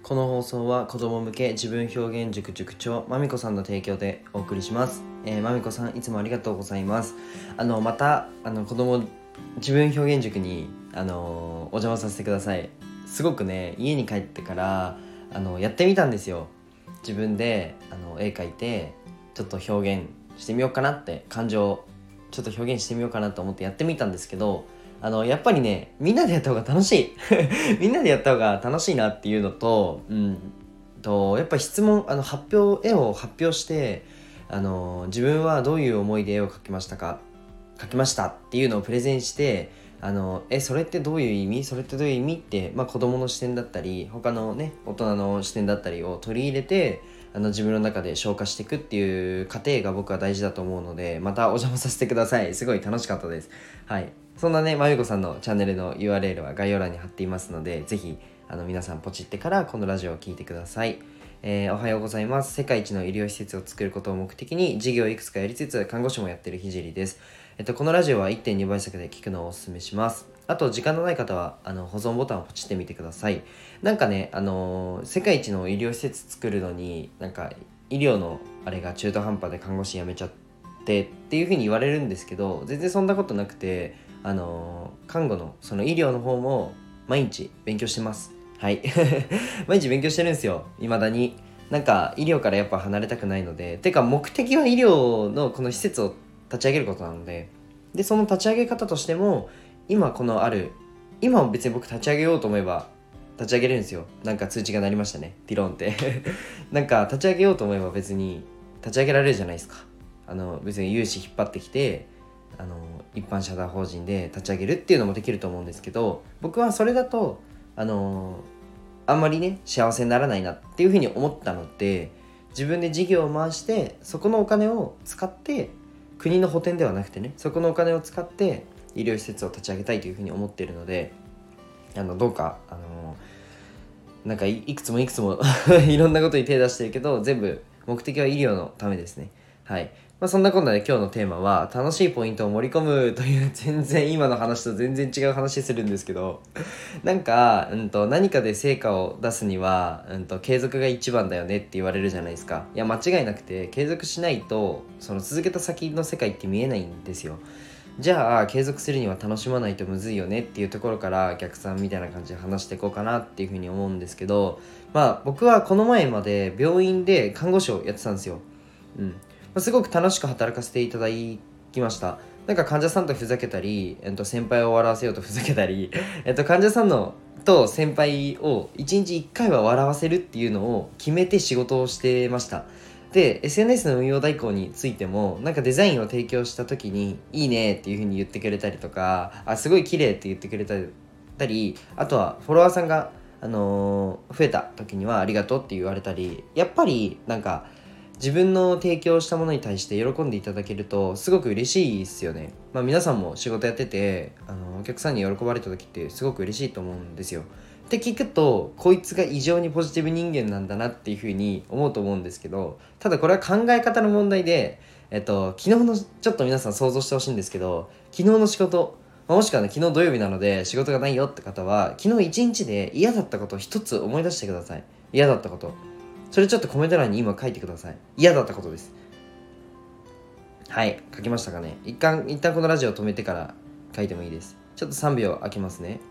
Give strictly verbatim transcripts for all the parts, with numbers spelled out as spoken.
この放送は子供向け自分表現塾塾長まみこさんの提供でお送りします。えー、まみこさんいつもありがとうございます。あのまたあの子供自分表現塾にあのお邪魔させてください。すごくね家に帰ってからあのやってみたんですよ。自分であの絵描いてちょっと表現してみようかなって感情をちょっと表現してみようかなと思ってやってみたんですけど、あのやっぱりねみんなでやった方が楽しいみんなでやった方が楽しいなっていうのと、うんとやっぱ質問あの発表絵を発表してあの自分はどういう思いで絵を描きましたか描きましたっていうのをプレゼンして、あのえそれってどういう意味それってどういう意味って、まあ、子供の視点だったり他のね大人の視点だったりを取り入れてあの自分の中で消化していくっていう過程が僕は大事だと思うので、またお邪魔させてください。すごい楽しかったです。はい、そんなねまゆこさんのチャンネルの ユーアールエル は概要欄に貼っていますので、ぜひあの皆さんポチってからこのラジオを聞いてください。えー、おはようございます。世界一の医療施設を作ることを目的に事業をいくつかやりつつ看護師もやってるひじりです。えっと、このラジオは いってんに 倍速で聞くのをお勧めします。あと時間のない方はあの保存ボタンをポチってみてください。なんかね、あのー、世界一の医療施設作るのになんか医療のあれが中途半端で看護師辞めちゃってっていう風に言われるんですけど、全然そんなことなくて、あのー、看護のその医療の方も毎日勉強してます。はい毎日勉強してるんですよ、未だに。なんか医療からやっぱ離れたくないので、てか目的は医療のこの施設を立ち上げることなので、でその立ち上げ方としても今このある今別に僕立ち上げようと思えば立ち上げれるんですよ。なんか通知が鳴りましたね、ピロンってなんか立ち上げようと思えば別に立ち上げられるじゃないですか。あの別に融資引っ張ってきてあの一般社団法人で立ち上げるっていうのもできると思うんですけど、僕はそれだとあのあんまりね幸せにならないなっていうふうに思ったので、自分で事業を回してそこのお金を使って国の補填ではなくてね、そこのお金を使って医療施設を立ち上げたいというふうに思っているので、あのどうかあのなんか い, いくつもいくつもいろんなことに手出してるけど、全部目的は医療のためですね。はい、まあ、そんなこんなで今日のテーマは楽しいポイントを盛り込むという全然今の話と全然違う話するんですけどなんか、うん、と何かで成果を出すには、うん、と継続が一番だよねって言われるじゃないですか。いや間違いなくて、継続しないとその続けた先の世界って見えないんですよ。じゃあ継続するには楽しまないとむずいよねっていうところから逆算みたいな感じで話していこうかなっていうふうに思うんですけど、まあ僕はこの前まで病院で看護師をやってたんですよ。うん、まあ、すごく楽しく働かせていただきました。なんか患者さんとふざけたり、えっと、先輩を笑わせようとふざけたり、えっと、患者さんのと先輩をいちにちいっかいは笑わせるっていうのを決めて仕事をしてました。で エスエヌエス の運用代行についてもなんかデザインを提供した時にいいねっていう風に言ってくれたりとか、あすごい綺麗って言ってくれたり、あとはフォロワーさんが、あのー増えた時にはありがとうって言われたり、やっぱりなんか自分の提供したものに対して喜んでいただけるとすごく嬉しいですよね。まあ皆さんも仕事やってて、あのお客さんに喜ばれた時ってすごく嬉しいと思うんですよ。って聞くとこいつが異常にポジティブ人間なんだなっていうふうに思うと思うんですけど、ただこれは考え方の問題で、えっと昨日のちょっと皆さん想像してほしいんですけど、昨日の仕事、まあもしくはね昨日土曜日なので仕事がないよって方は昨日一日で嫌だったことを一つ思い出してください。嫌だったこと、それちょっとコメント欄に今書いてください。嫌だったことです。はい、書きましたかね。一旦一旦このラジオを止めてから書いてもいいです。ちょっとさんびょう空けますね。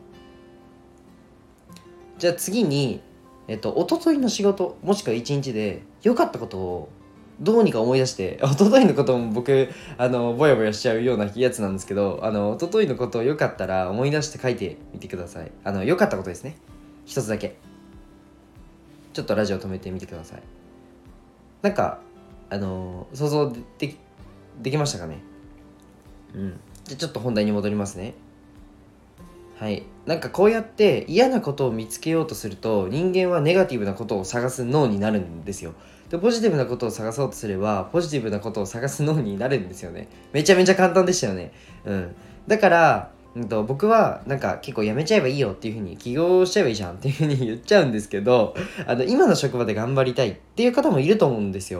じゃあ次に、えっと、一昨日の仕事もしくは一日で良かったことをどうにか思い出して、一昨日のことも僕あのぼやぼやしちゃうようなやつなんですけど、あの一昨日のことを良かったら思い出して書いてみてください。あの良かったことですね、一つだけ。ちょっとラジオ止めてみてください。なんかあの想像できできましたかね。うん。じゃあちょっと本題に戻りますね。はい、なんかこうやって嫌なことを見つけようとすると人間はネガティブなことを探す脳になるんですよ。でポジティブなことを探そうとすればポジティブなことを探す脳になるんですよね。めちゃめちゃ簡単でしたよね。うん、だから、うんと、僕はなんか結構やめちゃえばいいよっていう風に起業しちゃえばいいじゃんっていう風に言っちゃうんですけど、あの今の職場で頑張りたいっていう方もいると思うんですよ。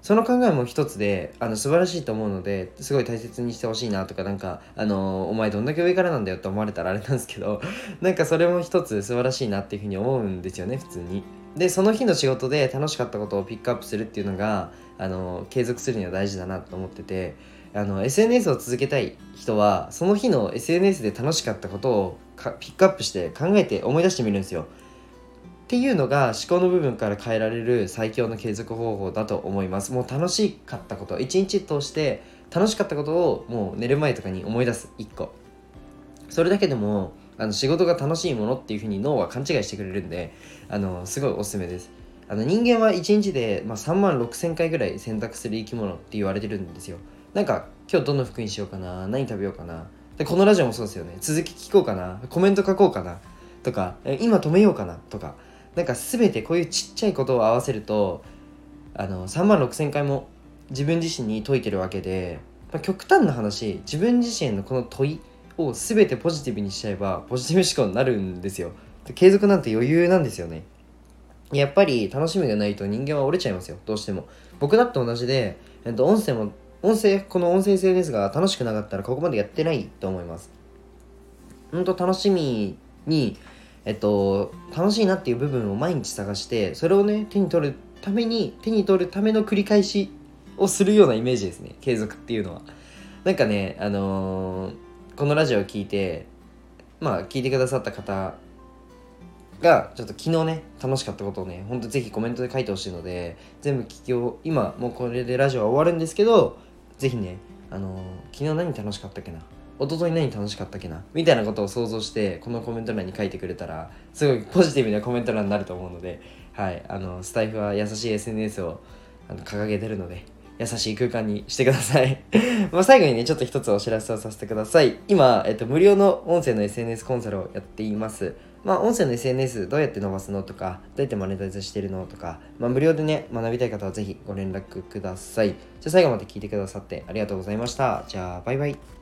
その考えも一つであの素晴らしいと思うので、すごい大切にしてほしいなとか、なんかあのお前どんだけ上からなんだよって思われたらあれなんですけどなんかそれも一つ素晴らしいなっていうふうに思うんですよね、普通に。でその日の仕事で楽しかったことをピックアップするっていうのがあの継続するには大事だなと思ってて、あの エスエヌエス を続けたい人はその日の エスエヌエス で楽しかったことをピックアップして考えて思い出してみるんですよ。っていうのが思考の部分から変えられる最強の継続方法だと思います。もう楽しかったこと、一日通して楽しかったことをもう寝る前とかに思い出す。いっこ、それだけでもあの仕事が楽しいものっていう風に脳は勘違いしてくれるんで、あのすごいおすすめです。あの人間はいちにちで、まあ、さんまんろくせんかいぐらい選択する生き物って言われてるんですよ。なんか今日どの服にしようかな、何食べようかな、でこのラジオもそうですよね。続き聞こうかな、コメント書こうかなとか、今止めようかなとか、なんか全てこういうちっちゃいことを合わせるとあのさんまんろくせんかいも自分自身に問いてるわけで、まあ、極端な話、自分自身のこの問いを全てポジティブにしちゃえばポジティブ思考になるんですよ。で継続なんて余裕なんですよね。やっぱり楽しみがないと人間は折れちゃいますよ、どうしても。僕だって同じで、えっと、音声も音声この音声 エスエヌエス が楽しくなかったらここまでやってないと思います。本当楽しみにえっと楽しいなっていう部分を毎日探して、それをね手に取るために手に取るための繰り返しをするようなイメージですね、継続っていうのは。なんかね、あのーこのラジオを聞いてまあ聞いてくださった方がちょっと昨日ね楽しかったことをね、ほんとぜひコメントで書いてほしいので、全部聞きを今もうこれでラジオは終わるんですけど、ぜひね、あのー昨日何楽しかったっけな、一昨日何楽しかったっけなみたいなことを想像してこのコメント欄に書いてくれたらすごいポジティブなコメント欄になると思うので、はい、あのスタイフは優しい エスエヌエス をあの掲げてるので優しい空間にしてくださいまあ最後にねちょっと一つお知らせをさせてください。今、えっと、無料の音声の エスエヌエス コンサルをやっています。まあ音声の エスエヌエス どうやって伸ばすのとか、どうやってマネタイズしてるのとか、まあ無料でね学びたい方はぜひご連絡ください。じゃあ最後まで聞いてくださってありがとうございました。じゃあバイバイ。